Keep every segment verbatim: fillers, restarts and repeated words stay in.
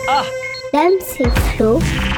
Ah Dame, c'est Flo.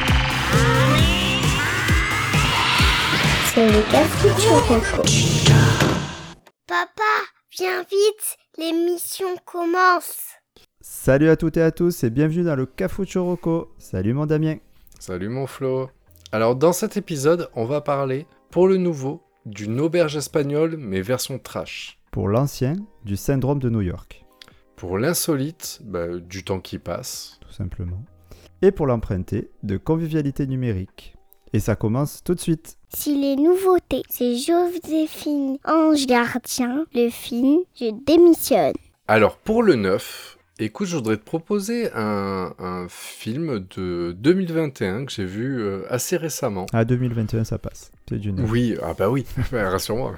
C'est le Cafouchoroco. Papa, viens vite, l'émission commence. Salut à toutes et à tous et bienvenue dans le Cafouchoroco. Salut mon Damien. Salut mon Flo. Alors dans cet épisode, on va parler, pour le nouveau, d'une auberge espagnole mais version trash. Pour l'ancien, du syndrome de New York. Pour l'insolite, bah, du temps qui passe. Tout simplement. Et pour l'emprunté, de convivialité numérique. Et ça commence tout de suite. Si les nouveautés, c'est Joséphine Ange Gardien, le film, je démissionne. Alors pour le neuf, écoute, je voudrais te proposer un, un film de deux mille vingt et un que j'ai vu euh, assez récemment. À deux mille vingt et un, ça passe. C'est du neuf. Oui, ah bah oui, rassure-moi.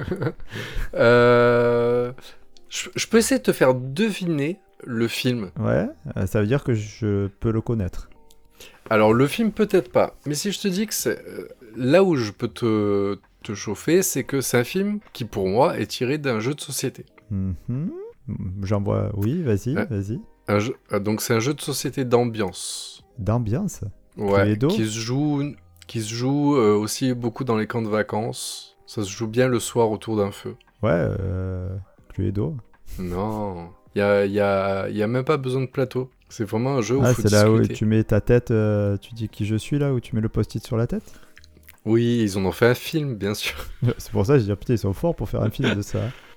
euh, je, je peux essayer de te faire deviner le film. Ouais, euh, ça veut dire que je peux le connaître. Alors le film peut-être pas, mais si je te dis que c'est euh, là où je peux te, te chauffer, c'est que c'est un film qui pour moi est tiré d'un jeu de société. Mm-hmm. J'en vois, oui, vas-y, Ouais. vas-y. Un jeu, euh, donc c'est un jeu de société d'ambiance. D'ambiance. Ouais, Cluedo qui se joue, qui se joue euh, aussi beaucoup dans les camps de vacances. Ça se joue bien le soir autour d'un feu. Ouais, euh, Cluedo. Non, il y a, y a, y a même pas besoin de plateau. C'est vraiment un jeu où il Ah, faut c'est là où discuter. tu mets ta tête, euh, tu dis qui je suis là, où tu mets le post-it sur la tête. Oui, ils en ont fait un film, bien sûr. C'est pour ça que je dis, putain, ils sont forts pour faire un film de ça.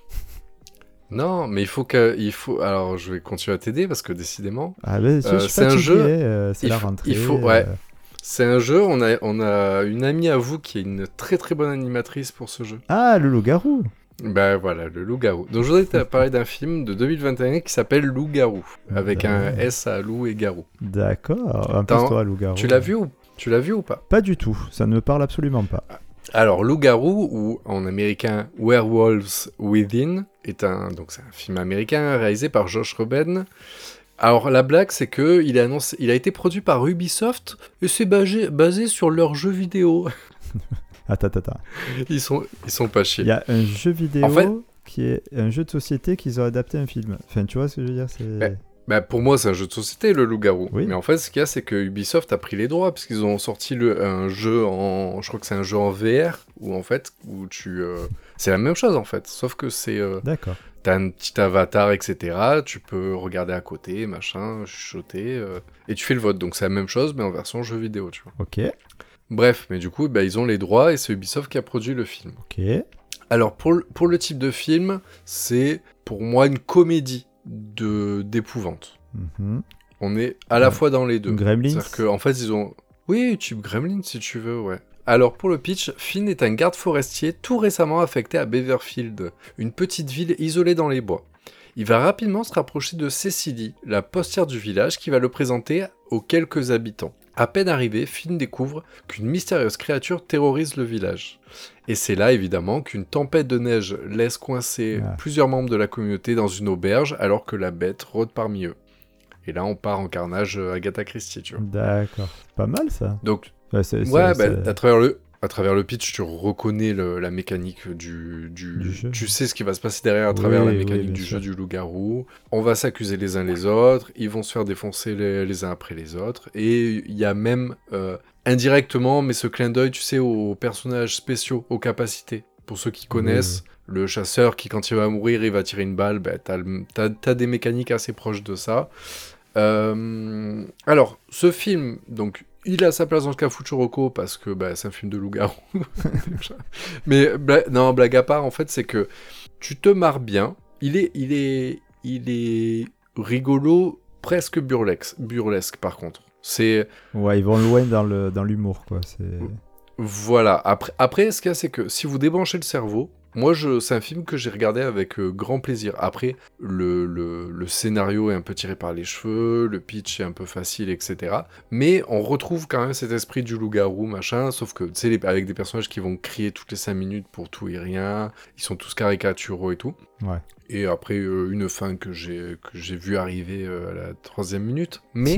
Non, mais il faut que, il faut. Alors, je vais continuer à t'aider parce que décidément, Ah ben, je, Euh, je suis c'est un fatigué, jeu, euh, c'est il la faut- rentrée. il faut- ouais. euh. c'est un jeu. On a, on a une amie à vous qui est une très très bonne animatrice pour ce jeu. Ah, le loup-garou. Ben voilà, le Loup-garou. Donc, je voudrais te parler d'un film de deux mille vingt et un qui s'appelle Loup-garou, avec un Ouais. S à loup et garou. D'accord. En Attends, plus, toi, loup-garou. Tu l'as vu ou tu l'as vu ou pas? Pas du tout. Ça ne me parle absolument pas. Alors, Loup-garou, ou en américain Werewolves Within, est un, donc c'est un film américain réalisé par Josh Groban. Alors, la blague, c'est que il, est annoncé, il a été produit par Ubisoft et c'est basé, basé sur leurs jeux vidéo. Attends, attends, attends. Ils sont, ils sont pas chiés. Il y a un jeu vidéo En fait- qui est un jeu de société qu'ils ont adapté à un film. Enfin, tu vois ce que je veux dire, c'est... Ouais. Bah, pour moi, c'est un jeu de société, le Loup-garou. Oui. Mais en fait, ce qu'il y a, c'est que Ubisoft a pris les droits, parce qu'ils ont sorti le, un jeu en... Je crois que c'est un jeu en V R, où en fait, où tu... euh, c'est la même chose, en fait, sauf que c'est... euh, D'accord. T'as un petit avatar, et cetera. Tu peux regarder à côté, machin, chuchoter, euh, et tu fais le vote. Donc c'est la même chose, mais en version jeu vidéo, tu vois. Ok, Bref, mais du coup, bah, ils ont les droits, et c'est Ubisoft qui a produit le film. ok. Alors, pour le, pour le type de film, c'est, pour moi, une comédie de d'épouvante. Mhm. On est à la Ouais. fois dans les deux. Gremlins. C'est-à-dire qu'en fait, ils ont... Oui, type Gremlins, si tu veux, ouais. Alors, pour le pitch, Finn est un garde forestier tout récemment affecté à Beverfield, une petite ville isolée dans les bois. Il va rapidement se rapprocher de Cecily, la postière du village, qui va le présenter aux quelques habitants. À peine arrivé, Finn découvre qu'une mystérieuse créature terrorise le village. Et c'est là, évidemment, qu'une tempête de neige laisse coincer Ah. plusieurs membres de la communauté dans une auberge, alors que la bête rôde parmi eux. Et là, on part en carnage euh, Agatha Christie, tu vois. D'accord. Pas mal, ça. Donc, Ouais, c'est, ouais, c'est- bah, c'est- à travers le... À travers le pitch, tu reconnais le- la mécanique du, du... Du jeu. Tu sais ce qui va se passer derrière à travers Oui, la oui, mécanique bien du sûr. jeu du loup-garou. On va s'accuser les uns les autres, ils vont se faire défoncer les, les uns après les autres. Et il y a même, euh, indirectement, mais ce clin d'œil, tu sais, aux personnages spéciaux, aux capacités. Pour ceux qui connaissent, le chasseur qui, quand il va mourir, il va tirer une balle, bah, t'as, le- t'as, t'as des mécaniques assez proches de ça. Euh, alors, ce film, donc, il a sa place dans le Cafouchoroco parce que bah, c'est un film de loup-garou. Mais bla- non, blague à part, en fait, c'est que tu te marres bien. Il est, il est, il est rigolo, presque burlesque, burlesque par contre. C'est Ouais, ils vont loin dans, le, dans l'humour, quoi. C'est... voilà. Après, après, ce qu'il y a, c'est que si vous débranchez le cerveau, moi, je, c'est un film que j'ai regardé avec euh, grand plaisir. Après, le, le, le scénario est un peu tiré par les cheveux, le pitch est un peu facile, et cetera. Mais on retrouve quand même cet esprit du loup-garou, machin, sauf que, tu sais, les- avec des personnages qui vont crier toutes les cinq minutes pour tout et rien, ils sont tous caricaturaux et tout. Ouais. Et après, euh, une fin que j'ai, que j'ai vu arriver euh, à la troisième minute. Mais,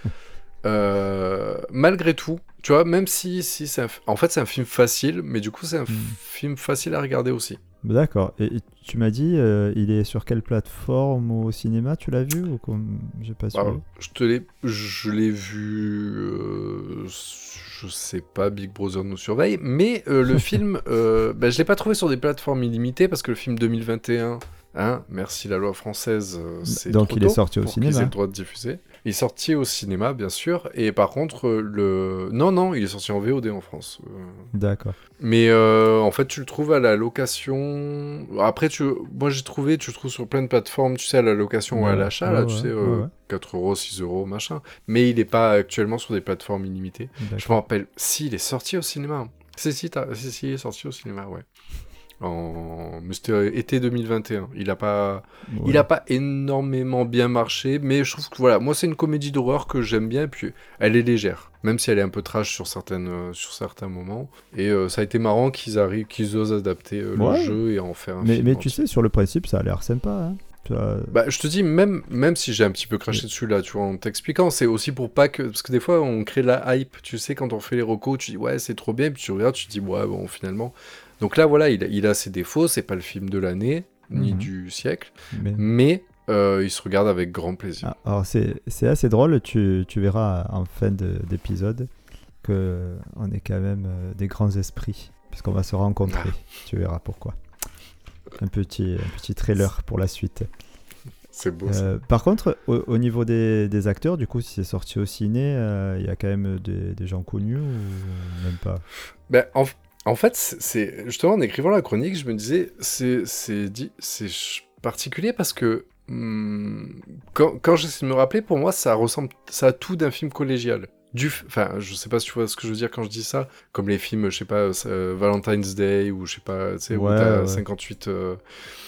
euh, malgré tout, tu vois, même si, si c'est un... f- En fait, c'est un film facile, mais du coup, c'est un f- Mm. film facile à regarder aussi. D'accord. Et, et tu m'as dit, euh, il est sur quelle plateforme au cinéma? Tu l'as vu ou comme... J'ai pas Bah, suivi. je te l'ai, je l'ai vu, euh, je sais pas, Big Brother nous surveille, mais euh, le film, euh, bah, je l'ai pas trouvé sur des plateformes illimitées parce que le film deux mille vingt et un, hein, merci la loi française, euh, c'est Donc trop il est tôt sorti au pour qu'ils aient cinéma. le droit de diffuser. Il est sorti au cinéma, bien sûr, et par contre, euh, le... Non, non, il est sorti en V O D en France. euh. D'accord. Mais euh, en fait, tu le trouves à la location. Après, tu... moi j'ai trouvé, tu le trouves sur plein de plateformes, tu sais, à la location ou à Ouais, l'achat, ouais, là, tu ouais, sais, ouais, euh, ouais. quatre euros, six euros, machin. Mais il n'est pas actuellement sur des plateformes illimitées. Je me D'accord. rappelle, si, il est sorti au cinéma. Si, si, t'as- si, si, il est sorti au cinéma, ouais. En... Mais c'était euh, été deux mille vingt et un. Il a pas... Il Ouais. a pas énormément bien marché, mais je trouve que voilà, moi c'est une comédie d'horreur que j'aime bien, et puis elle est légère, même si elle est un peu trash sur, certaines, euh, sur certains moments. Et euh, ça a été marrant qu'ils arrivent, qu'ils osent adapter euh, le Ouais. jeu et en faire un Mais, film mais tu entier. sais, sur le principe, ça a l'air sympa. Hein. Ça- Bah, je te dis, même, même si j'ai un petit peu craché dessus là, tu vois, en t'expliquant, c'est aussi pour pas que. Parce que des fois, on crée la hype, tu sais, quand on fait les recos, tu dis ouais, c'est trop bien, puis tu regardes, tu te dis ouais, bon, finalement. Donc là, voilà, il, a- il a ses défauts, c'est pas le film de l'année, ni Mhm. du siècle, Mais... mais euh, il se regarde avec grand plaisir. Ah, alors c'est, c'est assez drôle, tu, tu verras en fin de- d'épisode que on est quand même euh, des grands esprits, puisqu'on va se rencontrer, tu verras pourquoi. Un petit, un petit trailer pour la suite. C'est beau ça. Euh, par contre, au, au niveau des, des acteurs, du coup, si c'est sorti au ciné, euh, il y a quand même des, des gens connus ou même pas? Ben, en, en fait, c'est c'est- justement en écrivant la chronique, je me disais, c'est c'est di- c'est ch- particulier parce que hum, quand, quand j'essaie de me rappeler, pour moi, ça ressemble, ça a tout d'un film collégial. Du, f- enfin, je sais pas si tu vois ce que je veux dire quand je dis ça, comme les films, je sais pas, euh, Valentine's Day ou je sais pas, tu sais, où Ouais, t'as ouais. cinquante-huit euh,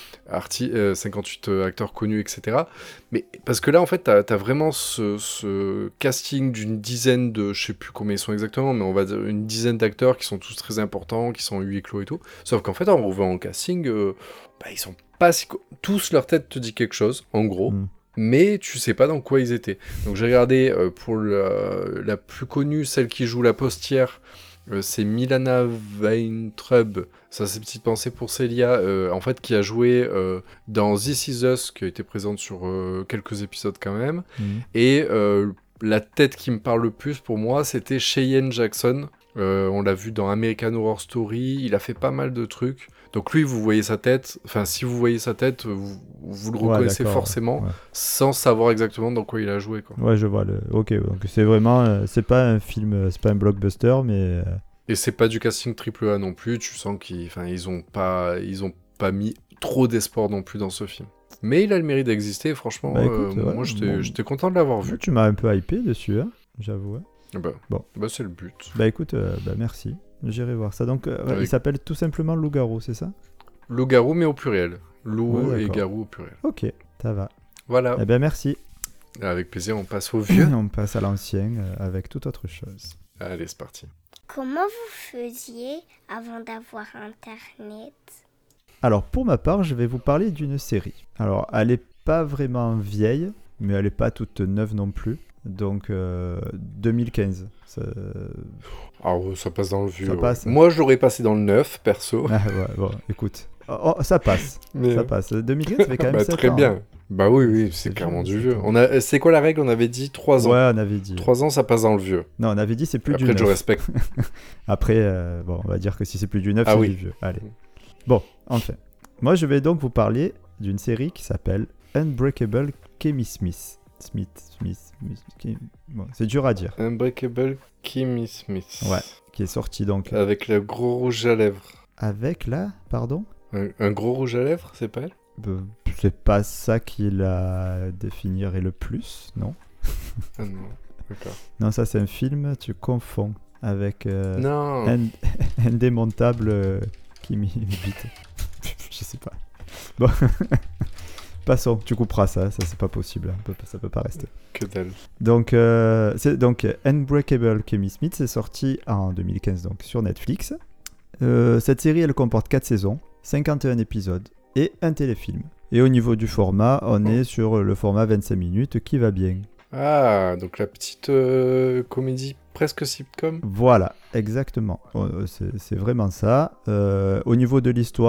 arti- euh, cinquante-huit euh, acteurs connus, et cetera. Mais parce que là, en fait, t'as as vraiment ce, ce casting d'une dizaine de, je sais plus combien ils sont exactement, mais on va dire une dizaine d'acteurs qui sont tous très importants, qui sont huis clos et tout. Sauf qu'en fait, en revoyant le casting, euh, bah, ils sont pas si... co- Tous, leur tête te dit quelque chose, en gros. Mm. Mais tu sais pas dans quoi ils étaient. Donc j'ai regardé euh, pour la, la plus connue, celle qui joue la postière, euh, c'est Milana Weintraub. Ça, c'est petite pensée pour Célia, euh, en fait, qui a joué euh, dans This Is Us, qui a été présente sur euh, quelques épisodes quand même. Mm. Et euh, la tête qui me parle le plus pour moi, c'était Cheyenne Jackson. Euh, on l'a vu dans American Horror Story, il a fait pas mal de trucs. Donc lui, vous voyez sa tête, enfin si vous voyez sa tête, vous, vous le Ouais, reconnaissez d'accord, forcément, ouais. sans savoir exactement dans quoi il a joué, quoi. Ouais, je vois le. Ok, donc c'est vraiment, euh, c'est pas un film, euh, c'est pas un blockbuster, mais euh, Et c'est pas du casting triple A non plus, tu sens qu'ils enfin, ils ont pas ils ont pas mis trop d'espoir non plus dans ce film. Mais il a le mérite d'exister, franchement, Bah, écoute, euh, ouais, moi j'étais bon. j'étais content de l'avoir vu. tu m'as un peu hypé dessus, hein, j'avoue. Hein. Ah Bah, Bon. bah c'est le but. Bah écoute, euh, bah merci, j'irai voir ça. Donc, euh, ouais, Avec- il s'appelle tout simplement Loup-garou, c'est ça? Loup-garou mais au pluriel. Loup Ouais, et d'accord. garou au pluriel. Ok, ça va. Voilà. Eh ben merci. Avec plaisir, on passe au vieux. On passe à l'ancien euh, avec toute autre chose. Allez, c'est parti. Comment vous faisiez avant d'avoir Internet? Alors pour ma part, je vais vous parler d'une série. Alors elle est pas vraiment vieille, mais elle est pas toute neuve non plus. Donc euh, deux mille quinze. Ça... Ah ouais, ça passe dans le vieux. Ça ouais. passe. Moi, je l'aurais passé dans le neuf, perso. Ah, ouais, bon, écoute. Oh, oh, ça passe. Mais, Ça passe. deux mille quinze, ça fait quand même bah, sept très ans. bien. Bah oui, oui, c'est C'est clairement vieux, du sept vieux. ans. On a... C'est quoi la règle? On avait dit trois ans. Ouais, on avait dit. trois ans, ça passe dans le vieux. Non, on avait dit c'est plus Après, du je neuf. respecte. Après, euh, bon, on va dire que si c'est plus du neuf, Ah c'est oui. du vieux. Allez. Bon, enfin. Moi, je vais donc vous parler d'une série qui s'appelle Unbreakable Kimmy Smith. Smith, Smith, Smith. Kim- Bon, c'est dur à dire. Unbreakable Kimmy Smith. Ouais. Qui est sorti donc Avec le gros rouge à lèvres. avec la, pardon. Un, un gros rouge à lèvres, c'est pas elle? Euh, C'est pas ça qui la définirait le plus, non? Ah non, d'accord. Non, ça c'est un film, tu confonds avec euh, Non. Ind- Indémontable euh, Kimmy Vite. Je sais pas. Bon. Passons, tu couperas ça, ça c'est pas possible, hein, ça peut pas rester. Que dalle. Donc, euh, c'est donc Unbreakable Kimmy Smith, c'est sorti en deux mille quinze donc sur Netflix. Euh, cette série elle comporte quatre saisons, cinquante et un épisodes et un téléfilm. Et au niveau du format, on Oh. est sur le format vingt-cinq minutes qui va bien. Ah, donc la petite euh, comédie presque sitcom. Voilà, exactement. Euh, C'est c'est vraiment ça. Euh, au niveau de l'histoire,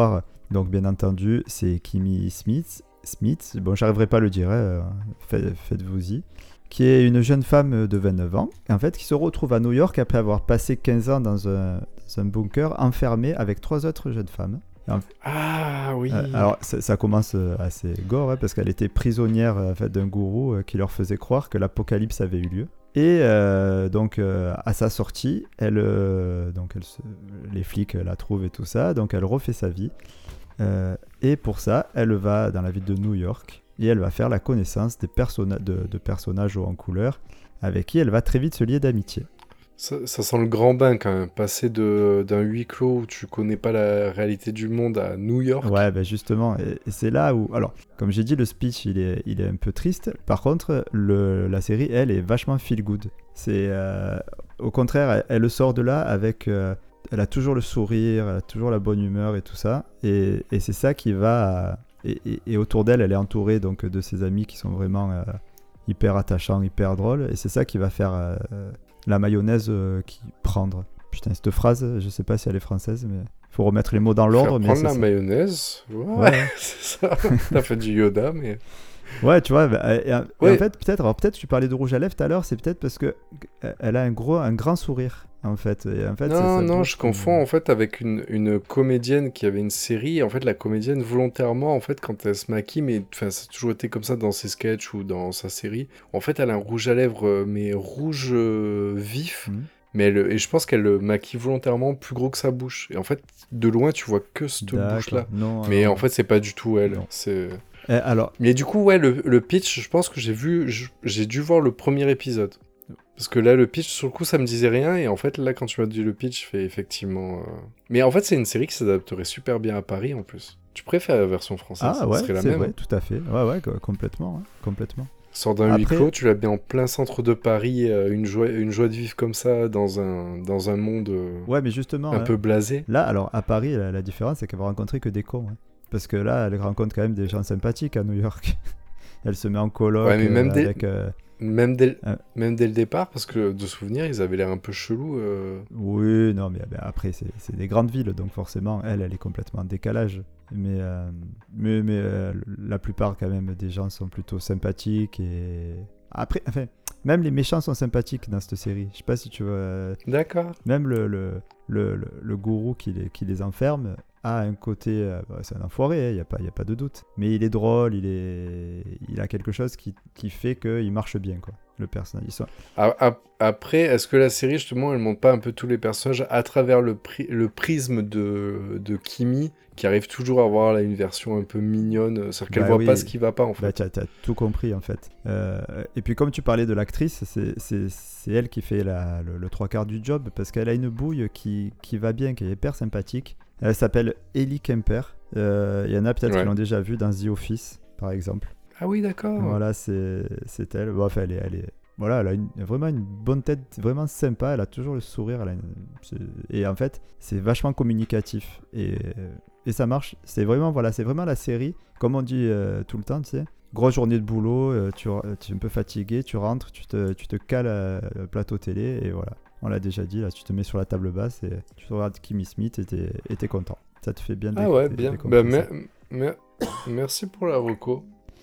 Donc, bien entendu, c'est Kimmy Smith. Smith, bon, j'arriverai pas à le dire, hein, fait, faites-vous-y, qui est une jeune femme de vingt-neuf ans, en fait, qui se retrouve à New York après avoir passé quinze ans dans un, dans un bunker enfermée avec trois autres jeunes femmes. En... Ah oui. Euh, alors, ça, ça commence assez gore, hein, parce qu'elle était prisonnière en fait, d'un gourou euh, qui leur faisait croire que l'apocalypse avait eu lieu. Et euh, donc, euh, à sa sortie, elle, euh, donc elle se... les flics la trouvent et tout ça, donc elle refait sa vie. Euh, et pour ça, elle va dans la ville de New York et elle va faire la connaissance des personna- de, de personnages hauts en couleur avec qui elle va très vite se lier d'amitié. Ça, ça sent le grand bain quand même, passer de, d'un huis clos où tu connais pas la réalité du monde à New York. Ouais, ben justement, et, et c'est là où... Alors, comme j'ai dit, le speech, il est, il est un peu triste. Par contre, le, la série, elle, est vachement feel good. C'est, euh, au contraire, elle, elle sort de là avec... Euh, elle a toujours le sourire, elle a toujours la bonne humeur et tout ça. Et, et c'est ça qui va... Et, et, et autour d'elle, elle est entourée donc, de ses amis qui sont vraiment euh, hyper attachants, hyper drôles. Et c'est ça qui va faire euh, la mayonnaise euh, qui prendre. Putain, cette phrase, je sais pas si elle est française, mais il faut remettre les mots dans l'ordre. Faire mais prendre c'est la ça. mayonnaise, ouais, Ouais. c'est ça. T'as fait du Yoda, mais... Ouais, tu vois, bah, et, et Ouais. en fait, peut-être, alors peut-être, tu parlais de rouge à lèvres tout à l'heure, c'est peut-être parce que euh, elle a un gros, un grand sourire, en fait. Et en fait, c'est Non, sa non, bouche je qui- confonds en fait avec une, une comédienne qui avait une série. En fait, la comédienne, volontairement, en fait, quand elle se maquille, mais enfin, ça a toujours été comme ça dans ses sketchs ou dans sa série. En fait, elle a un rouge à lèvres, euh, mais rouge euh, vif. Mhm. Mais elle, et je pense qu'elle le maquille volontairement plus gros que sa bouche. Et en fait, de loin, tu vois que cette D'accord. bouche-là. Non, Mais alors- en fait, c'est pas du tout elle. Non. C'est... Eh, alors, Mais du coup, ouais, le, le pitch, je pense que j'ai vu, je- j'ai dû voir le premier épisode. Parce que là, le pitch, sur le coup, ça me disait rien. Et en fait, là, quand tu m'as dit le pitch, je fais effectivement... euh, Mais en fait, c'est une série qui s'adapterait super bien à Paris, en plus. Tu préfères la version française, ah ça ouais, serait la c'est même. vrai, tout à fait. Ouais, ouais, co- complètement, hein, complètement. Sors d'un huis Après- clos, tu l'as bien en plein centre de Paris, euh, une, joie, une joie de vivre comme ça, dans un, dans un monde euh, Ouais, mais justement, un hein, peu blasé. là, alors, à Paris, la, la différence, c'est qu'elle va rencontrer que des cons. Hein. Parce que là, elle rencontre quand même des gens sympathiques à New York. Elle se met en coloc Ouais, mais même euh, des- avec... euh, Même dès, Ah. même dès le départ, parce que de souvenir, ils avaient l'air un peu chelous. euh. Oui, non, mais, mais après, c'est c'est des grandes villes, donc forcément, elle, elle est complètement en décalage. Mais, euh, mais, mais euh, la plupart, quand même, des gens sont plutôt sympathiques. Et après, enfin, même les méchants sont sympathiques dans cette série. Je sais pas si tu vois. euh, D'accord. Même le, le, le, le, le gourou qui les, qui les enferme a un côté... euh, bah, c'est un enfoiré, il n'y a, pas- y a pas de doute. Mais il est drôle, il, est, il a quelque chose qui, qui fait qu'il marche bien, quoi, le personnage. Ils sont- A- a- Après, est-ce que la série, justement, elle montre pas un peu tous les personnages à travers le, pri- le prisme de, de Kimi, qui arrive toujours à avoir là, une version un peu mignonne, c'est-à-dire qu'elle Bah voit oui. pas ce qui va pas, en fait. Bah, tu as tout compris, en fait. Euh, et puis, comme tu parlais de l'actrice, c'est- c'est c'est elle qui fait la- le, le trois quarts du job, parce qu'elle a une bouille qui, qui va bien, qui est hyper sympathique. Elle s'appelle Ellie Kemper. Euh, Il y en a peut-être Ouais. qui l'ont déjà vue dans The Office, par exemple. Ah oui, d'accord. Voilà, c'est c'est elle. Bon, enfin, elle est, elle est, voilà, elle a une- vraiment une bonne tête, vraiment sympa. Elle a toujours le sourire. Elle a une- c'est- et en fait, c'est vachement communicatif. Et, et ça marche. C'est vraiment, voilà, c'est vraiment la série, comme on dit euh, tout le temps, tu sais. Grosse journée de boulot, euh, tu, tu es un peu fatigué, tu rentres, tu te, tu te cales à- le plateau télé et voilà. On l'a déjà dit, là, tu te mets sur la table basse et tu te regardes Kimmy Smith et t'es et t'es content. Ça te fait bien Ah déc- ouais, dé- bien. décompresser. Bah, mer- mer- merci pour la reco.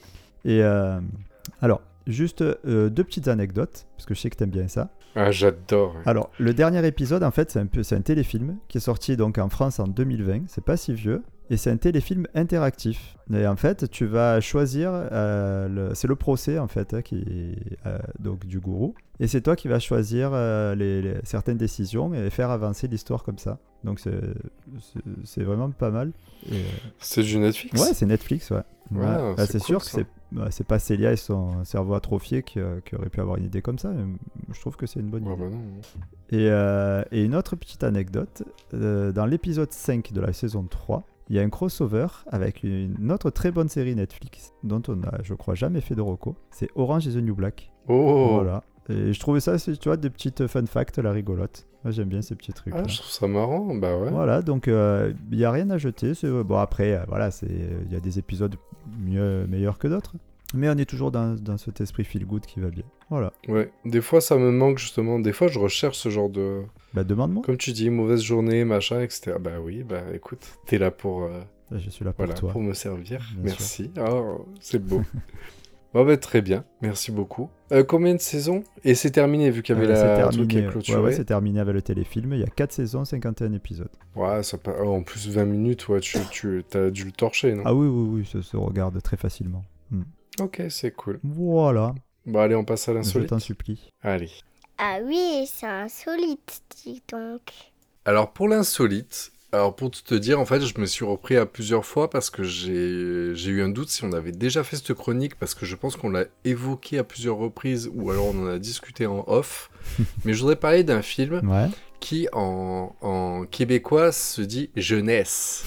Et euh, alors, juste euh, deux petites anecdotes, parce que je sais que t'aimes bien ça. Ah, j'adore. ouais. Alors, le dernier épisode, en fait, c'est un, peu, c'est un téléfilm qui est sorti donc en France en deux mille vingt. C'est pas si vieux. Et c'est un téléfilm interactif. Et en fait, tu vas choisir... euh, le- c'est le procès, en fait, hein, qui, euh, donc, du gourou. Et c'est toi qui vas choisir euh, les, les- certaines décisions et faire avancer l'histoire comme ça. Donc, c'est, c'est, c'est vraiment pas mal. Et, euh, C'est du Netflix. ouais, c'est Netflix, ouais. Ouais, Ouais. Bah, c'est c'est cool, sûr que ça. c'est, bah, c'est pas Célia et son cerveau atrophié qui, euh, qui aurait pu avoir une idée comme ça. Mais je trouve que c'est une bonne Ouais, idée. bah non. Et, euh, et une autre petite anecdote, euh, dans l'épisode cinq de la saison trois, il y a un crossover avec une autre très bonne série Netflix, dont on a, je crois, jamais fait de reco. C'est Orange is the New Black. Oh. Voilà. Et je trouvais ça, c'est, tu vois, des petites fun facts, la rigolote. Moi, j'aime bien ces petits trucs. Ah, je trouve ça marrant. Bah ouais. Voilà, donc il n'y a rien à jeter. C'est, bon, après, euh, voilà, il y a des épisodes mieux, meilleurs que d'autres. Mais on est toujours dans, dans cet esprit feel good qui va bien. Voilà. Ouais. Des fois, ça me manque justement. Des fois, je recherche ce genre de. Bah, demande-moi. Comme tu dis, mauvaise journée, machin, et cetera. Bah oui, bah écoute, t'es là pour, euh, Je suis là pour Voilà, toi. pour me servir. Bien Merci. Oh, c'est beau. Bon, bah, très bien. Merci beaucoup. Euh, combien de saisons? Et c'est terminé, vu qu'il y avait Euh, c'est la... un truc qui est terminé. clôturé. Ouais, ouais, c'est terminé avec le téléfilm. Il y a quatre saisons, cinquante et un épisodes. Ouais, ça pa- oh, en plus vingt minutes, ouais, tu, tu as dû le torcher, non? Ah oui, oui, oui, ça se regarde très facilement. Hmm. Ok, c'est cool. Voilà, Bon, allez, on passe à je l'insolite. t'en supplie. Allez. Ah oui, c'est insolite, dis donc. Alors, pour l'insolite, alors pour te dire, en fait, je me suis repris à plusieurs fois parce que j'ai j'ai eu un doute si on avait déjà fait cette chronique, parce que je pense qu'on l'a évoqué à plusieurs reprises, ou alors on en a discuté en off. Mais je voudrais parler d'un film Ouais. qui, en, en québécois, se dit jeunesse.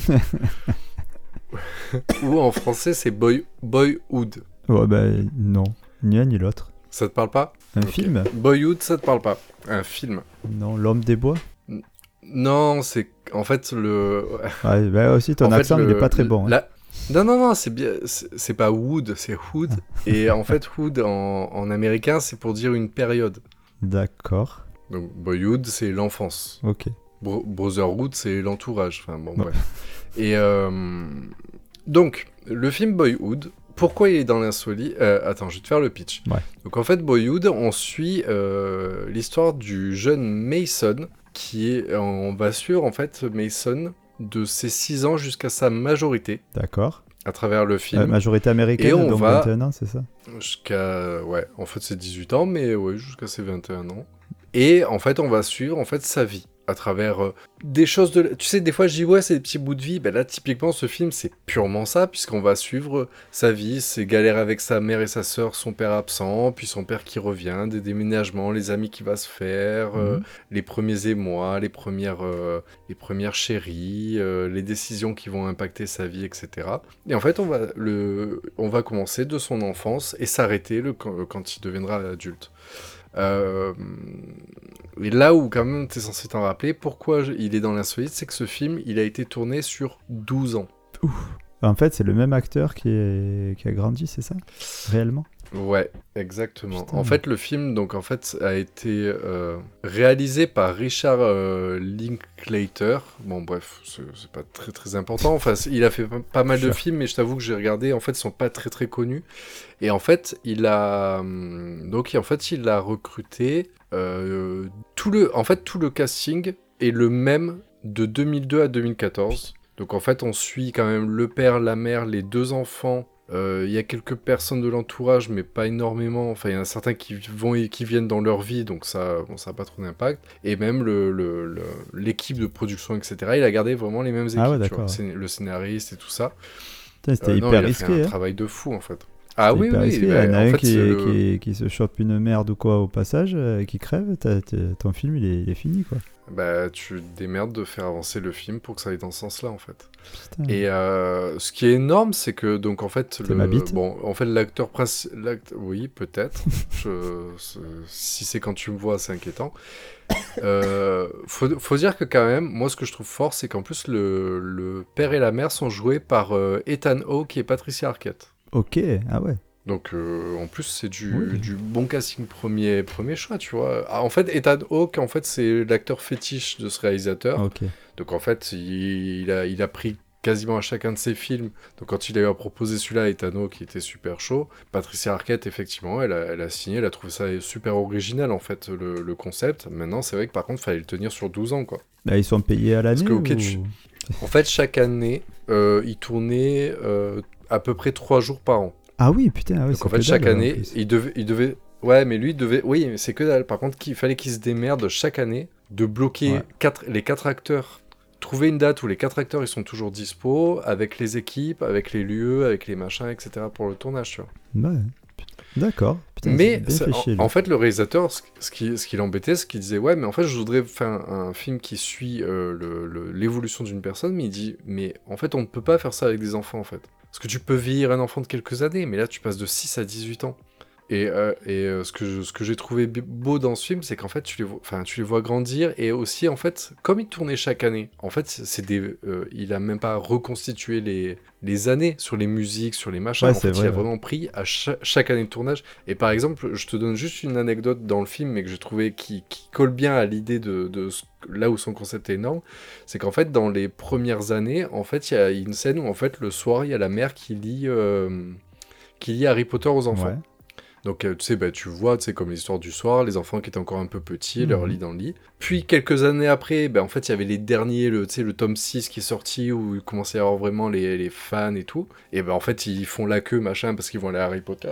Ou en français, c'est boy, Boyhood. Ouais, ben non, ni un ni l'autre. Ça te parle pas? Un Ok. film? Boyhood, ça te parle pas? Un film? Non, L'Homme des Bois? Non, c'est en fait le. Ouais, ben aussi, ton en fait, accent, il le- est pas très bon. hein. la- Non, non, non, c'est bien. C'est c'est pas Wood, c'est Hood. Et en fait, Hood en, en américain, c'est pour dire une période. D'accord, Donc, Boyhood, c'est l'enfance. ok. Bro- Brotherhood, c'est l'entourage. Enfin, bon, Ouais. bref. Et euh, donc, le film Boyhood, pourquoi il est dans l'insolite? Euh, Attends, je vais te faire le pitch. Ouais. Donc, en fait, Boyhood, on suit euh, l'histoire du jeune Mason, qui est. On va suivre, en fait, Mason de ses six ans jusqu'à sa majorité, D'accord. à travers le film. Euh, majorité américaine, Et on donc va- vingt et un ans, c'est ça? Jusqu'à. Ouais, en fait, c'est dix-huit ans, mais ouais, jusqu'à ses vingt et un ans. Et en fait, on va suivre en fait sa vie à travers euh, des choses de. Tu sais, des fois, je dis ouais, c'est des petits bouts de vie. Ben là, typiquement, ce film, c'est purement ça, puisqu'on va suivre sa vie, ses galères avec sa mère et sa sœur, son père absent, puis son père qui revient, des déménagements, les amis qu'il va se faire, euh, Mhm. les premiers émois, les premières, euh, les premières chéries, euh, les décisions qui vont impacter sa vie, et cetera. Et en fait, on va, le, on va commencer de son enfance et s'arrêter le, quand, quand il deviendra adulte. Euh, et là où quand même t'es censé t'en rappeler, pourquoi je- il est dans l'insolite, c'est que ce film, il a été tourné sur douze ans. En fait, c'est le même acteur qui, est... qui a grandi, c'est ça? Réellement? Ouais, exactement. Putain. En fait, le film, donc en fait, a été euh, réalisé par Richard euh, Linklater. Bon, bref, c'est c'est pas très très important. Enfin, c'est- il a fait pas, pas mal de Sure. films, mais je t'avoue que j'ai regardé. En fait, ils sont pas très très connus. Et en fait, il a hum, donc en fait, il a recruté euh, tout le, en fait, tout le casting est le même de deux mille deux à deux mille quatorze. Donc en fait, on suit quand même le père, la mère, les deux enfants. Euh, Il y a quelques personnes de l'entourage, mais pas énormément. Enfin, il y en a certains qui vont et qui viennent dans leur vie, donc ça, bon, ça n'a pas trop d'impact. Et même le, le- le- l'équipe de production, et cetera. Il a gardé vraiment les mêmes équipes. Ah ouais, tu d'accord, vois, ouais. scén- le scénariste et tout ça. Putain, c'était Euh, non, hyper il a risqué. fait un hein. travail de fou en fait. Ah C'était oui, hyper oui. risqué. bah, Il y en a en un fait, qui, c'est le- qui, qui se chope une merde ou quoi au passage, euh, qui crève, t'as- t'as- ton film il est, il est fini quoi. Bah, tu te démerdes de faire avancer le film pour que ça aille dans ce sens-là en fait. Putain. Et euh, ce qui est énorme, c'est que donc en fait, C'est ma bite bon, en fait l'acteur principal, oui peut-être. Je... c'est- Si c'est quand tu me vois, c'est inquiétant. Euh, faut, faut dire que quand même, moi ce que je trouve fort, c'est qu'en plus le, le père et la mère sont joués par euh, Ethan Hawke et Patricia Arquette. Ok, ah ouais. Donc euh, en plus c'est du, Oui. du bon casting premier, premier choix, tu vois. Ah, en fait, Ethan Hawke, en fait, c'est l'acteur fétiche de ce réalisateur. Ok. Donc en fait, il, il a, il a pris quasiment à chacun de ses films. Donc quand il a eu à proposer celui-là, Ethan Hawke, qui était super chaud. Patricia Arquette, effectivement, elle a, elle a signé, elle a trouvé ça super original, en fait, le, le concept. Maintenant, c'est vrai que par contre, il fallait le tenir sur douze ans, quoi. Bah, ils sont payés à l'année que, ok, ou... tu- En fait, chaque année, euh, il tournait euh, à peu près trois jours par an. Ah oui, putain, ah oui, Donc c'est en fait, que chaque dalle, en année, plus. il devait, il devait... Ouais, mais lui, il devait... Oui, mais c'est que dalle. Par contre, il fallait qu'il se démerde chaque année de bloquer Ouais. quatre... les quatre acteurs. Trouver une date où les quatre acteurs ils sont toujours dispo, avec les équipes, avec les lieux, avec les machins, et cetera pour le tournage, tu vois. Ouais. D'accord. Putain, Mais c'est bien ça- fait en, chier, lui. en fait, le réalisateur, ce, ce qui, ce qui l'embêtait, c'est qu'il disait ouais, mais en fait, je voudrais faire un, un film qui suit euh, le- le- l'évolution d'une personne, mais il dit mais en fait, on ne peut pas faire ça avec des enfants, en fait. Parce que tu peux vieillir un enfant de quelques années, mais là, tu passes de six à dix-huit ans. Et, euh, et euh, ce que, je- ce que j'ai trouvé bi- beau dans ce film, c'est qu'en fait, tu les, vois, enfin, tu les vois grandir. Et aussi, en fait, comme il tournait chaque année, en fait, c'est des, euh, il a même pas reconstitué les, les années sur les musiques, sur les machins. Ouais, En c'est fait, il vrai, a ouais. vraiment pris à cha- chaque année de tournage. Et par exemple, je te donne juste une anecdote dans le film, mais que j'ai trouvé qui, qui colle bien à l'idée de, de ce- là où son concept est énorme. C'est qu'en fait, dans les premières années, en fait, il y a une scène où, en fait, le soir, il y a la mère qui lit, euh, qui lit Harry Potter aux enfants. Ouais. Donc, euh, tu sais, bah, tu vois, tu sais, comme l'histoire du soir, les enfants qui étaient encore un peu petits, leur Mhm. lit dans le lit. Puis, quelques années après, bah, en fait, il y avait les derniers, le, tu sais, le tome six qui est sorti, où il commençait à y avoir vraiment les, les fans et tout. Et ben en fait, ils font la queue, machin, parce qu'ils vont aller à Harry Potter.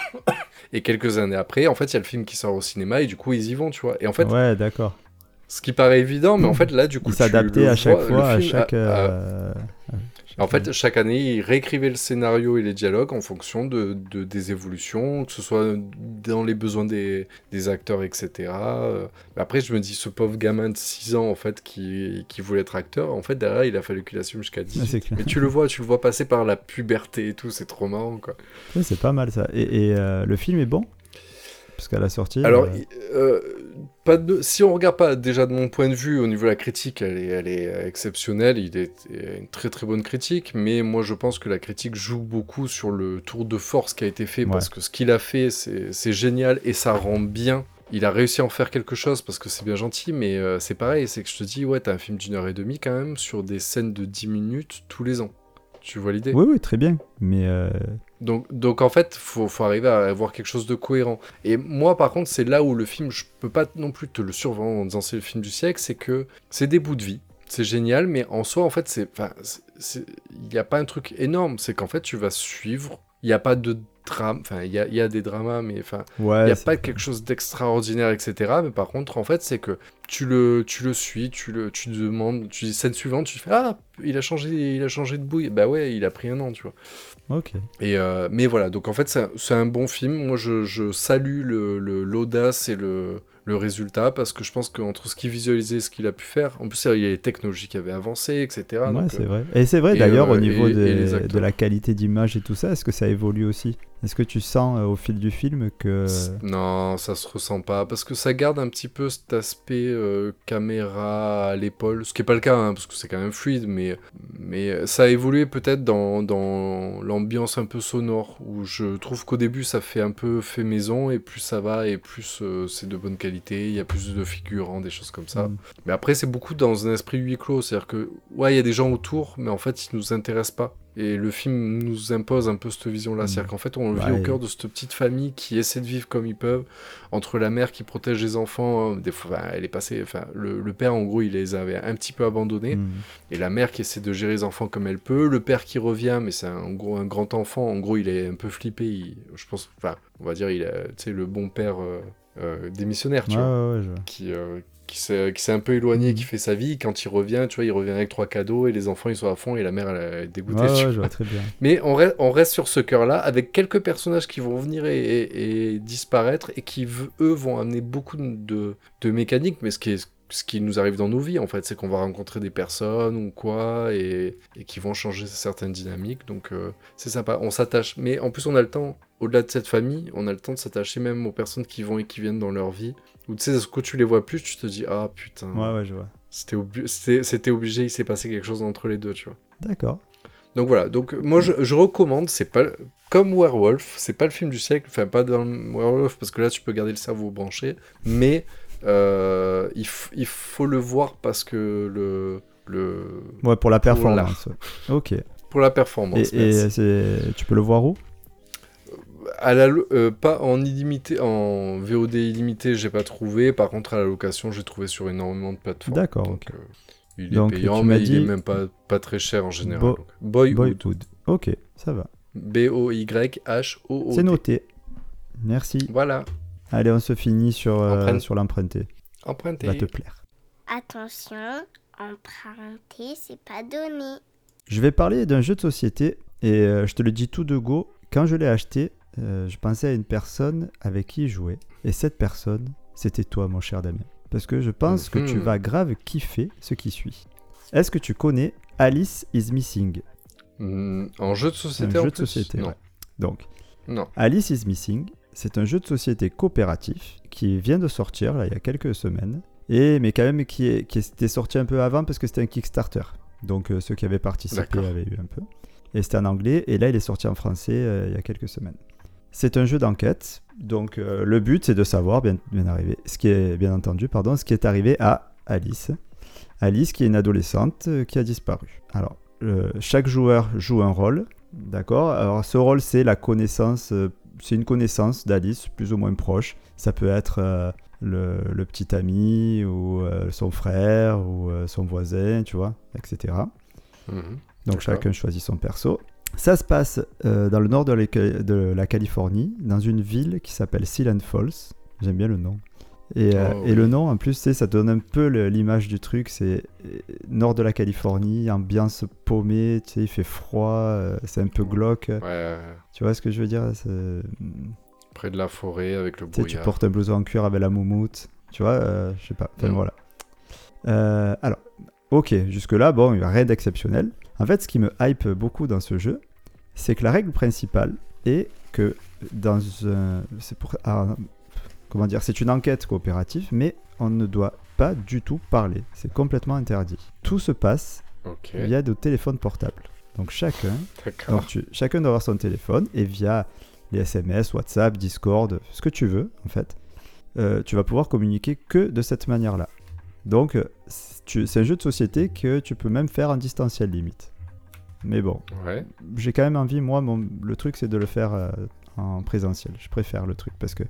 Et quelques années après, en fait, il y a le film qui sort au cinéma, et du coup, ils y vont, tu vois. Et en fait, Ouais, d'accord. ce qui paraît évident, mais en fait, là, du coup, Il tu s'adaptait le à chaque vois, le fois, à film chaque. a- a- euh, à chaque en fait, chaque année, ils réécrivaient le scénario et les dialogues en fonction de, de- des évolutions, que ce soit dans les besoins des, des acteurs, et cetera. Euh, mais après, je me dis, ce pauvre gamin de six ans, en fait, qui, qui voulait être acteur, en fait, derrière, il a fallu qu'il assume jusqu'à Ouais, c'est dix-huit. clair. Mais tu le vois, tu le vois passer par la puberté et tout, c'est trop marrant, quoi. Ouais, c'est pas mal ça. Et, et, euh, le film est bon? Parce qu'à la sortie. Alors, euh, il- euh, pas de, si on regarde pas déjà de mon point de vue au niveau de la critique, elle est, elle est exceptionnelle, il est il y a une très très bonne critique, mais moi je pense que la critique joue beaucoup sur le tour de force qui a été fait, Ouais. parce que ce qu'il a fait, c'est c'est génial et ça rend bien. Il a réussi à en faire quelque chose parce que c'est bien gentil, mais euh, c'est pareil, c'est que je te dis, ouais, t'as un film d'une heure et demie quand même sur des scènes de dix minutes tous les ans. Tu vois l'idée? Oui, oui, très bien. Mais euh, Donc, donc en fait, faut, faut arriver à avoir quelque chose de cohérent. Et moi, par contre, c'est là où le film, je peux pas non plus te le survendre en disant c'est le film du siècle, c'est que c'est des bouts de vie, c'est génial, mais en soi, en fait, c'est, enfin, c'est- c'est- il n'y a pas un truc énorme. C'est qu'en fait, tu vas suivre. Il n'y a pas de drame. Enfin, il y a, il y a des dramas, mais enfin, il ouais. n'y a c'est- pas quelque chose d'extraordinaire, et cetera. Mais par contre, en fait, c'est que tu le, tu le suis, tu le, tu demandes, tu dis scène suivante, tu fais ah, il a changé, il a changé de bouille. Bah ouais, il a pris un an, tu vois. Ok. Et euh, mais voilà, donc en fait, c'est un, c'est un bon film. Moi, je, je salue le, le- l'audace et le, le résultat, parce que je pense qu'entre ce qu'il visualisait et ce qu'il a pu faire, en plus, il y a les technologies qui avaient avancé, et cetera. Ouais, donc, c'est euh, vrai. Et c'est vrai et, d'ailleurs euh, au niveau et- de, et les de acteurs. la qualité d'image et tout ça, est-ce que ça évolue aussi? Est-ce que tu sens euh, au fil du film que. C'est- Non, ça se ressent pas, parce que ça garde un petit peu cet aspect euh, caméra à l'épaule, ce qui est pas le cas, hein, parce que c'est quand même fluide, mais, mais ça a évolué peut-être dans, dans l'ambiance un peu sonore, où je trouve qu'au début ça fait un peu fait maison, et plus ça va, et plus euh, c'est de bonne qualité, il y a plus de figurants, des choses comme ça. Mm. Mais après, c'est beaucoup dans un esprit huis clos, c'est-à-dire que, ouais, il y a des gens autour, mais en fait, ils nous intéressent pas. Et le film nous impose un peu cette vision-là. Mm. C'est-à-dire qu'en fait, on vit Ouais. au cœur de cette petite famille qui essaie de vivre comme ils peuvent, entre la mère qui protège les enfants, euh, des fois, enfin, elle est passée, enfin, le, le père, en gros, il les avait un petit peu abandonnés, Mm. et la mère qui essaie de gérer les enfants comme elle peut, le père qui revient, mais c'est un, en gros un grand enfant, en gros, il est un peu flippé, il- je pense, enfin, on va dire, il a, tu sais, le bon père euh, euh, démissionnaire, tu Ouais, vois, ouais, ouais, je vois. qui, euh, qui s'est qui s'est un peu éloigné, Mhm. qui fait sa vie. Quand il revient, tu vois, il revient avec trois cadeaux et les enfants ils sont à fond et la mère elle est dégoûtée. Ouais, tu ouais, vois. je vois très bien. Mais on reste, on reste sur ce cœur-là avec quelques personnages qui vont venir et, et- et disparaître et qui v- eux vont amener beaucoup de, de mécanique. Mais ce qui est ce qui nous arrive dans nos vies en fait, c'est qu'on va rencontrer des personnes ou quoi et, et qui vont changer certaines dynamiques. Donc euh, c'est sympa, on s'attache. Mais en plus on a le temps, au-delà de cette famille, on a le temps de s'attacher même aux personnes qui vont et qui viennent dans leur vie. Ou tu sais, quand tu les vois plus, tu te dis ah putain, Ouais, ouais, je vois. c'était obli- c'était c'était obligé, il s'est passé quelque chose entre les deux, tu vois. D'accord. Donc voilà, donc moi je, je recommande, c'est pas comme Werewolf, c'est pas le film du siècle, enfin pas dans le Werewolf parce que là tu peux garder le cerveau branché, mais euh, il, f- il faut le voir parce que le, le Ouais, pour la Pour performance. ouais. Ok. Et, pour la performance. et merci. c'est... tu peux le voir où? À la lo- euh, pas en illimité, en V O D illimité, j'ai pas trouvé. Par contre, à la location, j'ai trouvé sur énormément de plateformes. D'accord, Donc, ok. euh, il est Donc, payant, tu m'as mais il est dit même pas, pas très cher en général. Bo- donc. Boyhood. Boyhood. Ok, ça va. B O Y H O O D. C'est noté. Merci. Voilà, Allez, on se finit sur, euh, Empreinte. sur l'emprunté. emprunté. Va te plaire. Attention, emprunter, c'est pas donné. Je vais parler d'un jeu de société et euh, je te le dis tout de go. Quand je l'ai acheté, euh, je pensais à une personne avec qui y jouer. Et cette personne, c'était toi, mon cher Damien. Parce que je pense que tu Mhm. vas grave kiffer ce qui suit. Est-ce que tu connais Alice is Missing? Hmm, en jeu de Un société en jeu de plus société, Non. ouais. Donc, Non. Alice is Missing, c'est un jeu de société coopératif qui vient de sortir là, il y a quelques semaines, et, mais quand même qui, est, qui était sorti un peu avant parce que c'était un Kickstarter. Donc euh, ceux qui avaient participé D'accord. avaient eu un peu. Et c'était en anglais, et là il est sorti en français euh, il y a quelques semaines. C'est un jeu d'enquête, donc euh, le but c'est de savoir, bien, bien, arrivé, ce qui est, bien entendu, pardon, ce qui est arrivé à Alice. Alice qui est une adolescente euh, qui a disparu. Alors, euh, chaque joueur joue un rôle, d'accord ? Alors ce rôle c'est la connaissance, euh, c'est une connaissance d'Alice plus ou moins proche. Ça peut être euh, le, le petit ami, ou euh, son frère, ou euh, son voisin, tu vois, et cetera. Mmh. Donc D'accord. chacun choisit son perso. Ça se passe euh, dans le nord de la, de la Californie, dans une ville qui s'appelle Silent Falls. J'aime bien le nom. Et, euh, oh, et oui. le nom, en plus, ça donne un peu le, l'image du truc. C'est euh, nord de la Californie, ambiance paumée, tu sais, il fait froid, euh, c'est un peu glauque. Ouais. Tu vois ce que je veux dire ? C'est... Près de la forêt, avec le Tu sais, brouillard. tu portes un blouson en cuir avec la moumoute. Tu vois, euh, je sais pas. Enfin, Mm. voilà. Euh, alors, ok, jusque-là, bon, il n'y a rien d'exceptionnel. En fait, ce qui me hype beaucoup dans ce jeu, c'est que la règle principale est que dans un... C'est pour... ah, comment dire, c'est une enquête coopérative, mais on ne doit pas du tout parler. C'est complètement interdit. Tout se passe okay. via des téléphones portables. Donc chacun, donc tu, chacun doit avoir son téléphone, et via les S M S, WhatsApp, Discord, ce que tu veux en fait, euh, tu vas pouvoir communiquer que de cette manière-là. Donc c'est, tu, c'est un jeu de société que tu peux même faire en distanciel limite. Mais bon, ouais. j'ai quand même envie, moi, mon, le truc c'est de le faire euh, en présentiel. Je préfère le truc parce que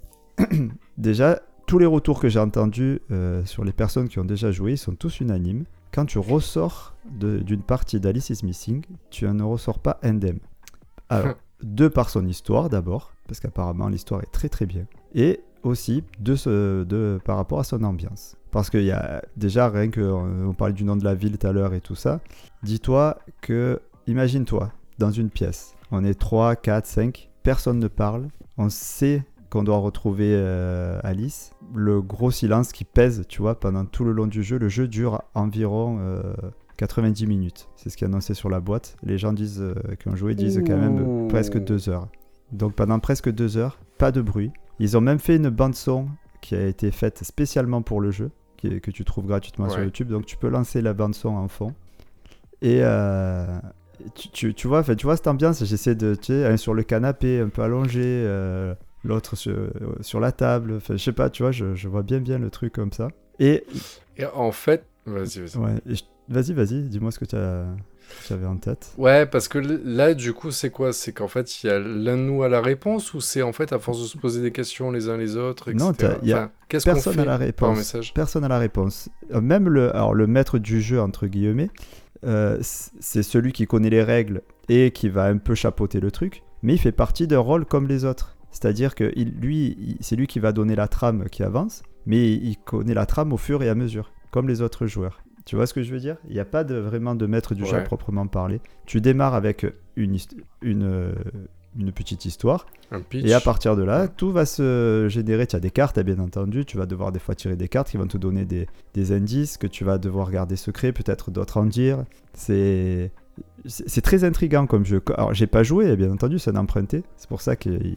déjà, tous les retours que j'ai entendus euh, sur les personnes qui ont déjà joué, ils sont tous unanimes. Quand tu ressors de, d'une partie d'Alice is Missing, tu ne ressors pas indemne. Alors, de par son histoire d'abord, parce qu'apparemment l'histoire est très très bien, et aussi de ce, de, par rapport à son ambiance. Parce qu'il y a déjà, rien que, on, on parlait du nom de la ville tout à l'heure et tout ça, dis-toi que, imagine-toi, dans une pièce, on est trois, quatre, cinq, personne ne parle, on sait qu'on doit retrouver euh, Alice, le gros silence qui pèse, tu vois, pendant tout le long du jeu. Le jeu dure environ euh, quatre-vingt-dix minutes. C'est ce qui est annoncé sur la boîte. Les gens disent, euh, qui ont joué disent Ouh. quand même euh, presque deux heures. Donc pendant presque deux heures, pas de bruit. Ils ont même fait une bande-son qui a été faite spécialement pour le jeu, qui est, que tu trouves gratuitement ouais. sur YouTube. Donc tu peux lancer la bande-son en fond. Et... Euh, tu, tu, tu, vois, tu vois cette ambiance, j'essaie de, tu sais, sur le canapé, un peu allongé... Euh, l'autre sur, sur la table, enfin, je sais pas, tu vois, je, je vois bien bien le truc comme ça. Et, et en fait, vas-y, vas-y. Ouais, je, vas-y, vas-y, dis-moi ce que tu avais en tête. Ouais, parce que là, du coup, c'est quoi ? C'est qu'en fait, il y a l'un de nous à la réponse, ou c'est en fait à force de se poser des questions les uns les autres, et cetera. Non, il y a enfin, qu'est-ce personne qu'on fait à la réponse. message Personne à la réponse. Même le, alors, le maître du jeu, entre guillemets, euh, c'est celui qui connaît les règles et qui va un peu chapeauter le truc, mais il fait partie d'un rôle comme les autres. C'est-à-dire que il, lui, il, c'est lui qui va donner la trame qui avance, mais il connaît la trame au fur et à mesure, comme les autres joueurs. Tu vois ce que je veux dire ? Il n'y a pas de, vraiment de maître du ouais. jeu à proprement parler. Tu démarres avec une, une, une petite histoire, un pitch. Et à partir de là, tout va se générer. Tu as des cartes, bien entendu. Tu vas devoir des fois tirer des cartes qui vont te donner des, des indices que tu vas devoir garder secrets, peut-être d'autres en dire. C'est... C'est très intriguant comme jeu. Alors, j'ai pas joué, bien entendu, c'est un emprunté. C'est pour ça qu'il,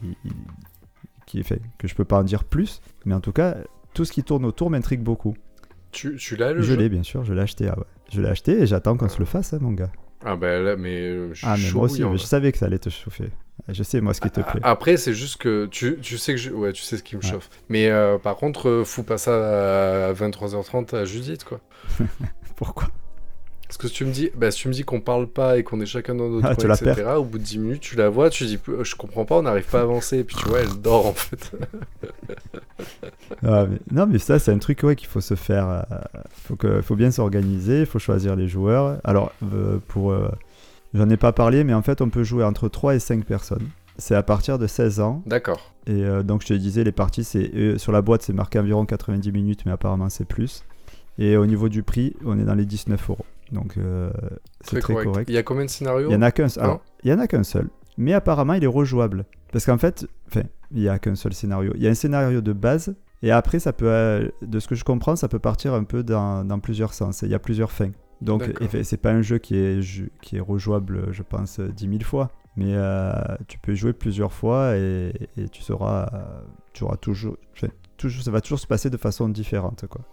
qu'il fait, que je peux pas en dire plus. Mais en tout cas, tout ce qui tourne autour m'intrigue beaucoup. Tu, tu l'as le je jeu ? Je l'ai, bien sûr, je l'ai acheté. Ah ouais. Je l'ai acheté et j'attends qu'on ah. se le fasse, hein, mon gars. Ah ben là, mais euh, je suis Ah, mais moi aussi, mais je savais que ça allait te chauffer. Je sais, moi, ce qui te plaît. Après, c'est juste que tu, tu sais que je... ouais, tu sais ce qui me ouais. chauffe. Mais euh, par contre, euh, fous pas ça à vingt-trois heures trente à Judith, quoi. Pourquoi ? Parce que si tu me dis, bah, si tu me dis qu'on parle pas et qu'on est chacun dans notre ah, coin, et cetera, au bout de dix minutes, tu la vois, tu dis, je comprends pas, on n'arrive pas à avancer. Et puis tu vois, elle dort, en fait. ah, mais... Non, mais ça, c'est un truc ouais, qu'il faut se faire. Euh, faut que... faut bien s'organiser, il faut choisir les joueurs. Alors, euh, pour... Euh... J'en ai pas parlé, mais en fait, on peut jouer entre trois et cinq personnes. C'est à partir de seize ans. D'accord. Et euh, donc, je te disais, les parties, c'est euh, sur la boîte, c'est marqué environ quatre-vingt-dix minutes, mais apparemment, c'est plus. Et au niveau du prix, on est dans les dix-neuf euros. Donc, euh, c'est très, très correct. correct. Il y a combien de scénarios ? Il y en a qu'un seul. Alors, il y en a qu'un seul. Mais apparemment, il est rejouable. Parce qu'en fait, enfin, il n'y a qu'un seul scénario. Il y a un scénario de base. Et après, ça peut, euh, de ce que je comprends, ça peut partir un peu dans, dans plusieurs sens. Il y a plusieurs fins. Donc D'accord. et c'est pas un jeu qui est, qui est rejouable, je pense, dix mille fois. Mais euh, tu peux jouer plusieurs fois et, et tu sauras, tu auras toujours, enfin, toujours, ça va toujours se passer de façon différente, quoi.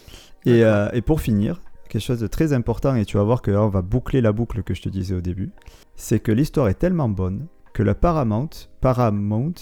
Et, euh, et pour finir, quelque chose de très important, et tu vas voir que là, on va boucler la boucle que je te disais au début, c'est que l'histoire est tellement bonne que le Paramount, Paramount,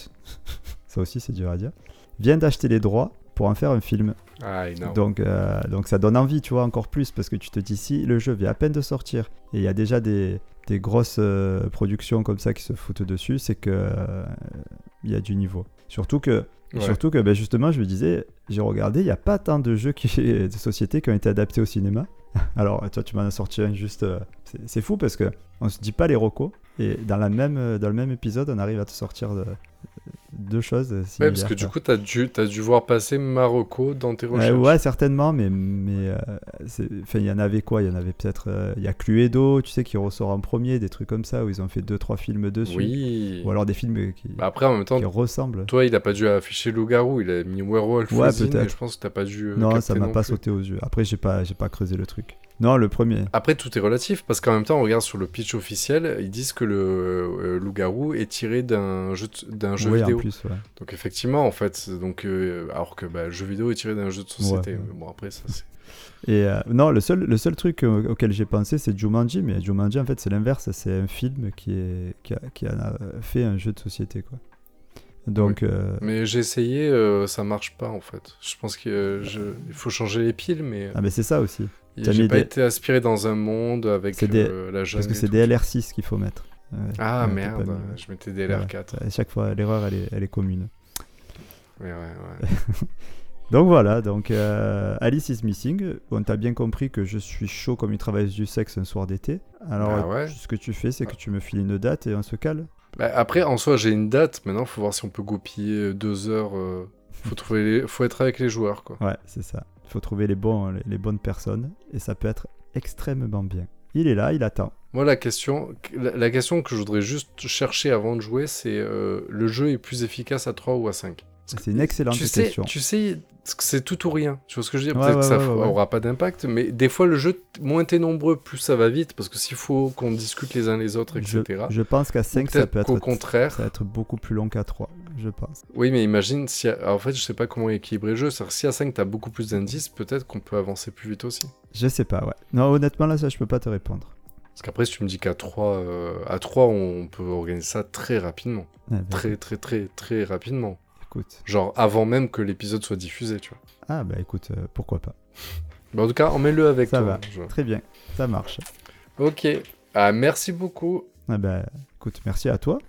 ça aussi c'est dur à dire, vient d'acheter les droits pour en faire un film. Ah, énorme. Donc, euh, donc ça donne envie, tu vois, encore plus, parce que tu te dis, si le jeu vient à peine de sortir, et il y a déjà des, des grosses euh, productions comme ça qui se foutent dessus, c'est que euh, il y a du niveau. Surtout que, Ouais. surtout que ben justement, je me disais, j'ai regardé, il n'y a pas tant de jeux qui, de société qui ont été adaptés au cinéma. Alors, toi, tu m'en as sorti un juste... euh, c'est, c'est fou parce qu'on ne se dit pas les recos, et dans, la même, dans le même épisode, on arrive à te sortir de, deux choses similaires. Ouais, parce que du coup, t'as dû, t'as dû voir passer Marocco dans tes recherches. Euh, ouais, certainement, mais mais euh, il y en avait quoi? Il y en avait peut-être. Il euh, y a Cluedo, tu sais, qui ressort en premier, des trucs comme ça, où ils ont fait deux trois films dessus. Oui. Ou alors des films qui, bah après, en même temps, qui ressemblent. Toi, il a pas dû afficher Loup-garou, il a mis Werewolf Ouais, Within, peut-être. et je pense que t'as pas dû. Euh, non, ça m'a non pas plus. sauté aux yeux. Après, j'ai pas, j'ai pas creusé le truc. Non, le premier. Après, tout est relatif, parce qu'en même temps, on regarde sur le pitch officiel, ils disent que le euh, Loup-garou est tiré d'un jeu, t- d'un jeu oui, vidéo. en plus, ouais. Donc effectivement, en fait, donc, euh, alors que bah, le jeu vidéo est tiré d'un jeu de société. Ouais, ouais. Mais bon, après, ça c'est... Et euh, non, le seul, le seul truc euh, auquel j'ai pensé, c'est Jumanji, mais Jumanji, en fait, c'est l'inverse. C'est un film qui, est, qui, a, qui a fait un jeu de société, quoi. Donc... Oui. Euh... Mais j'ai essayé, euh, ça marche pas, en fait. Je pense qu'il euh, je... faut changer les piles, mais... Ah, mais c'est ça aussi. Et j'ai pas des... été aspiré dans un monde avec des... euh, la jungle. Parce que c'est tout. des L R six qu'il faut mettre. Ouais, ah ouais, merde, mis... je mettais des L R quatre. Ouais, à chaque fois, l'erreur, elle est, elle est commune. Ouais, ouais, ouais. Donc voilà, donc euh, Alice is Missing. On t'a bien compris que je suis chaud comme une travailleuse du sexe un soir d'été. Alors, ah ouais. ce que tu fais, c'est que tu me files une date et on se cale. Bah, après, en soi, j'ai une date. Maintenant, faut voir si on peut goupiller deux heures. Euh... Faut trouver, les... faut être avec les joueurs, quoi. Ouais, c'est ça. Il faut trouver les, bons, les, les bonnes personnes et ça peut être extrêmement bien. Il est là, il attend. Moi, la question, la, la question que je voudrais juste chercher avant de jouer, c'est euh, le jeu est plus efficace à trois ou à cinq? C'est une excellente tu sais, question. Tu sais, c'est tout ou rien. Tu vois ce que je veux dire? Ouais, Peut-être ouais, que ça ouais, f- ouais. aura pas d'impact, mais des fois, le jeu, moins t'es nombreux, plus ça va vite, parce que s'il faut qu'on discute les uns les autres, et cetera. Je, je pense qu'à cinq, ça peut être, qu'au contraire, ça va être beaucoup plus long qu'à trois, je pense. Oui, mais imagine, si à... en fait, je sais pas comment équilibrer le jeu. C'est-à-dire, si à cinq, t'as beaucoup plus d'indices, peut-être qu'on peut avancer plus vite aussi. Je sais pas, ouais. Non, honnêtement, là, ça, je peux pas te répondre. Parce qu'après, si tu me dis qu'à trois, euh, à trois, on peut organiser ça très rapidement. Ah, bah, Très, très, très, très rapidement. Écoute. Genre avant même que l'épisode soit diffusé, tu vois. Ah, bah écoute, euh, pourquoi pas. Bah, en tout cas, emmène-le avec ça toi. va, je... très bien, ça marche. Ok. Ah, merci beaucoup. Ah, bah écoute, merci à toi.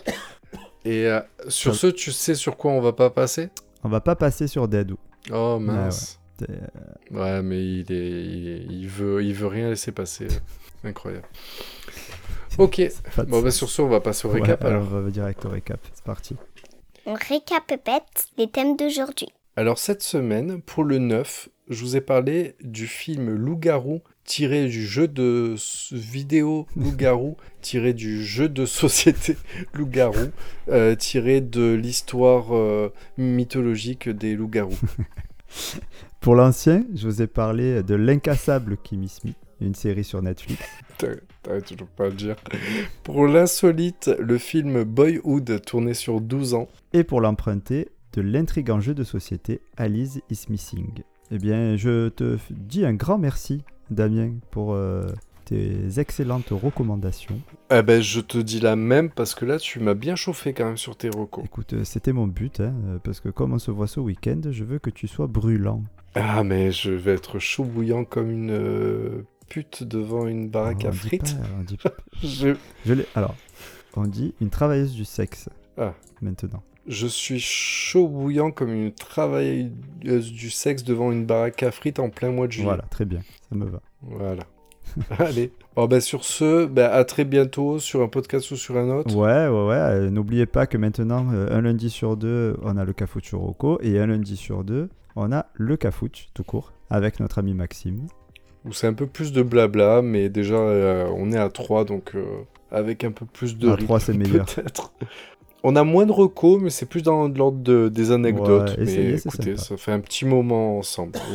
Et euh, sur ça... ce, tu sais sur quoi on va pas passer? On va pas passer sur Dead. Oh mince. Ah, ouais. Euh... ouais, mais il, est... il, est... il, veut... il veut rien laisser passer. Incroyable. Ok. Bon, bah sur ce, on va passer au récap. Ouais, alors. on va direct au récap. C'est parti. On récapépète les thèmes d'aujourd'hui. Alors cette semaine, pour le neuf, je vous ai parlé du film Loup-garou tiré du jeu de vidéo Loup-garou, tiré du jeu de société Loup-garou, euh, tiré de l'histoire euh, mythologique des loups-garous. Pour l'ancien, je vous ai parlé de L'incassable Kimmy Smith, une série sur Netflix. T'arrêtes toujours pas à le dire. Pour l'insolite, le film Boyhood, tourné sur douze ans. Et pour l'emprunter, de l'intrigant jeu de société Alice is Missing. Eh bien, je te dis un grand merci, Damien, pour euh, tes excellentes recommandations. Eh ben, je te dis la même, parce que là, tu m'as bien chauffé quand même sur tes recos. Écoute, c'était mon but, hein, parce que comme on se voit ce week-end, je veux que tu sois brûlant. Ah, mais je vais être chaud bouillant comme une... Euh... pute devant une baraque oh, à frites. Pas, on dit pas. je... Je l'ai... Alors, on dit une travailleuse du sexe. Ah. Maintenant. Je suis chaud bouillant comme une travailleuse du sexe devant une baraque à frites en plein mois de juillet. Voilà, très bien, ça me va. Voilà. Allez. Bon, bah, sur ce, bah, à très bientôt sur un podcast ou sur un autre. Ouais, ouais, ouais. Euh, n'oubliez pas que maintenant, euh, un lundi sur deux, on a le Cafouche Roco et un lundi sur deux, on a le Cafouche tout court avec notre ami Maxime. Où c'est un peu plus de blabla, mais déjà, euh, on est à trois, donc euh, avec un peu plus de à rythme, trois, c'est meilleur. Peut-être. On a moins de recos, mais c'est plus dans l'ordre de, des anecdotes. Ouais, mais essayez, c'est écoutez, sympa. ça fait un petit moment ensemble. Ouais.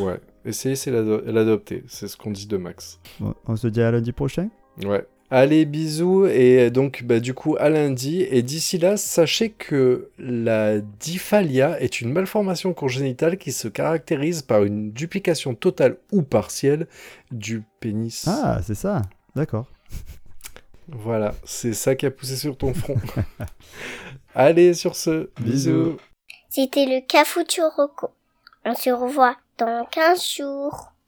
Essayez, c'est l'ado- l'adopter. C'est ce qu'on dit de Max. Bon, on se dit à lundi prochain. Ouais. Allez, bisous. Et donc, bah, du coup, à lundi. Et d'ici là, sachez que la dysphalia est une malformation congénitale qui se caractérise par une duplication totale ou partielle du pénis. Ah, c'est ça. D'accord. Voilà, c'est ça qui a poussé sur ton front. Allez, sur ce, bisous. C'était le Cafuturoco. On se revoit dans quinze jours.